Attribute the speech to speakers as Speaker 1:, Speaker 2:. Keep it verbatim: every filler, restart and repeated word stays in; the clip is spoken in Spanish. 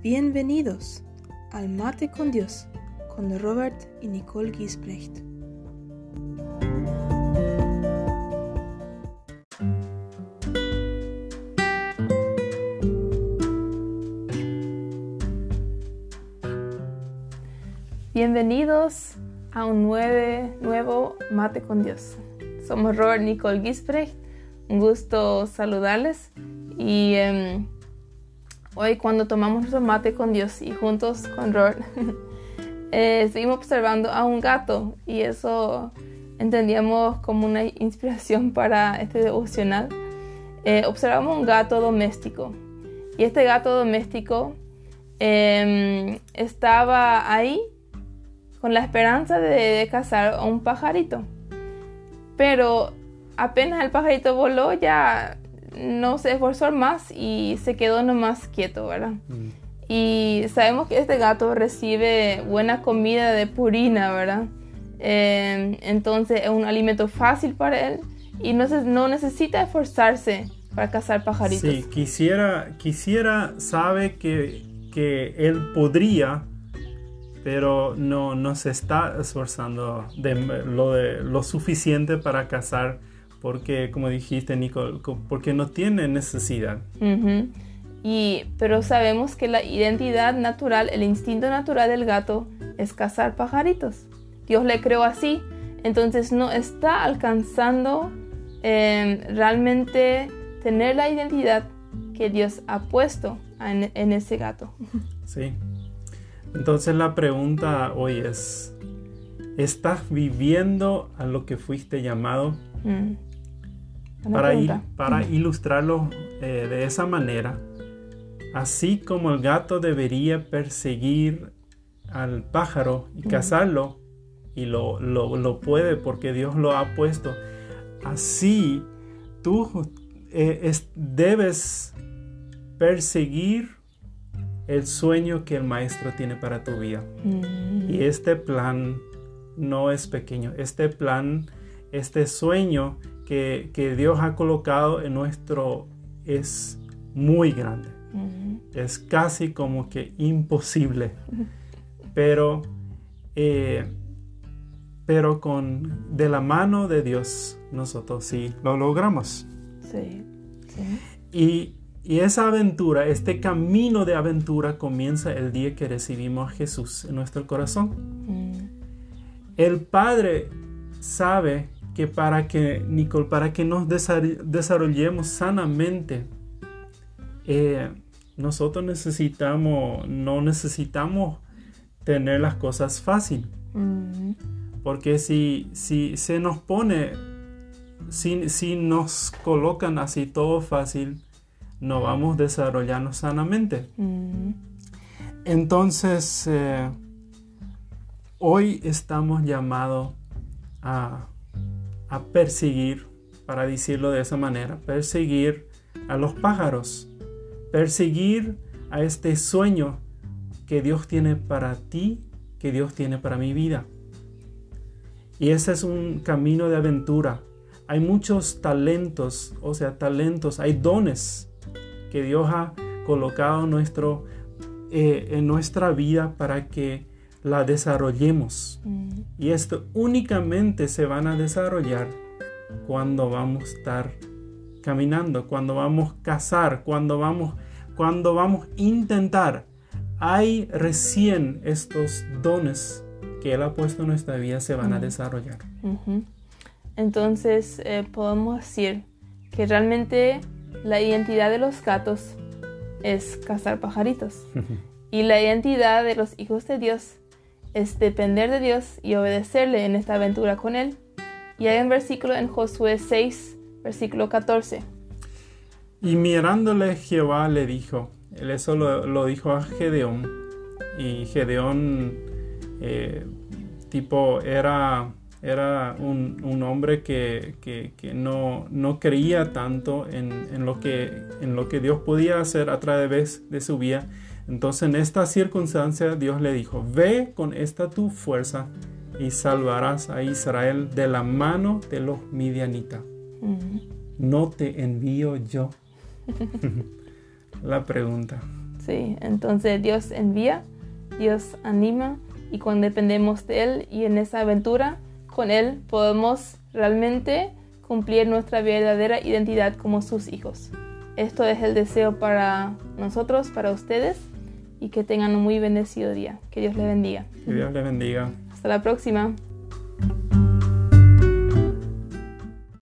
Speaker 1: Bienvenidos al Mate con Dios con Robert y Nicole Gisbrecht. Bienvenidos a un nueve, nuevo Mate con Dios. Somos Robert y Nicole Gisbrecht. Un gusto saludarles. Y um, hoy cuando tomamos nuestro mate con Dios y juntos con Robert, eh, estuvimos observando a un gato. Y eso entendíamos como una inspiración para este devocional. Eh, observamos un gato doméstico. Y este gato doméstico eh, estaba ahí con la esperanza de, de cazar a un pajarito. Pero apenas el pajarito voló, ya no se esforzó más y se quedó nomás quieto, ¿verdad? Mm. Y sabemos que este gato recibe buena comida de purina, ¿verdad? Eh, entonces es un alimento fácil para él y no, se, no necesita esforzarse para cazar pajaritos.
Speaker 2: Sí, quisiera, quisiera sabe que, que él podría, pero no, no se está esforzando de lo, de, lo suficiente para cazar, porque, como dijiste, Nicole, porque no tiene necesidad.
Speaker 1: Uh-huh. Y, pero sabemos que la identidad natural, el instinto natural del gato es cazar pajaritos. Dios le creó así, entonces no está alcanzando eh, realmente tener la identidad que Dios ha puesto en, en ese gato.
Speaker 2: Sí. Entonces la pregunta hoy es, ¿estás viviendo a lo que fuiste llamado?
Speaker 1: Mm.
Speaker 2: Para, il, para ilustrarlo eh, de esa manera, así como el gato debería perseguir al pájaro y cazarlo, mm. y lo, lo, lo puede porque Dios lo ha puesto, así tú eh, es, debes perseguir el sueño que el maestro tiene para tu vida. Mm. Y este plan no es pequeño. Este plan, este sueño que, que Dios ha colocado en nuestro es muy grande. Mm. Es casi como que imposible. Pero, eh, pero con, de la mano de Dios nosotros sí lo logramos.
Speaker 1: Sí. Sí.
Speaker 2: Y Y esa aventura, este camino de aventura comienza el día que recibimos a Jesús en nuestro corazón. Mm. El Padre sabe que para que, Nicole, para que nos desarrollemos sanamente, eh, nosotros necesitamos, no necesitamos tener las cosas fácil. Mm. Porque si, si se nos pone, si, si nos colocan así todo fácil, no vamos a desarrollarnos sanamente. Mm. Entonces, eh, hoy estamos llamados a, a perseguir, para decirlo de esa manera, perseguir a los pájaros, perseguir a este sueño que Dios tiene para ti, que Dios tiene para mi vida. Y ese es un camino de aventura. Hay muchos talentos, o sea, talentos, hay dones que Dios ha colocado nuestro, eh, en nuestra vida para que la desarrollemos. Mm. Y esto únicamente se van a desarrollar cuando vamos a estar caminando, cuando vamos a cazar, cuando vamos, cuando vamos a intentar. Hay recién estos dones que Él ha puesto en nuestra vida se van mm. a desarrollar.
Speaker 1: Uh-huh. Entonces eh, podemos decir que realmente la identidad de los gatos es cazar pajaritos. Y la identidad de los hijos de Dios es depender de Dios y obedecerle en esta aventura con Él. Y hay un versículo en Josué seis, versículo catorce.
Speaker 2: Y mirándole Jehová le dijo, él eso lo, lo dijo a Gedeón. Y Gedeón eh, tipo era... Era un, un hombre que, que, que no, no creía tanto en, en, lo que, en lo que Dios podía hacer a través de su vida. Entonces en esta circunstancia Dios le dijo, ve con esta tu fuerza y salvarás a Israel de la mano de los midianitas. Mm-hmm. ¿No te envío yo? La pregunta.
Speaker 1: Sí, entonces Dios envía, Dios anima, y cuando dependemos de Él y en esa aventura con Él podemos realmente cumplir nuestra verdadera identidad como sus hijos. Esto es el deseo para nosotros, para ustedes, y que tengan un muy bendecido día. Que Dios les bendiga.
Speaker 2: Que Dios les bendiga.
Speaker 1: Hasta la próxima.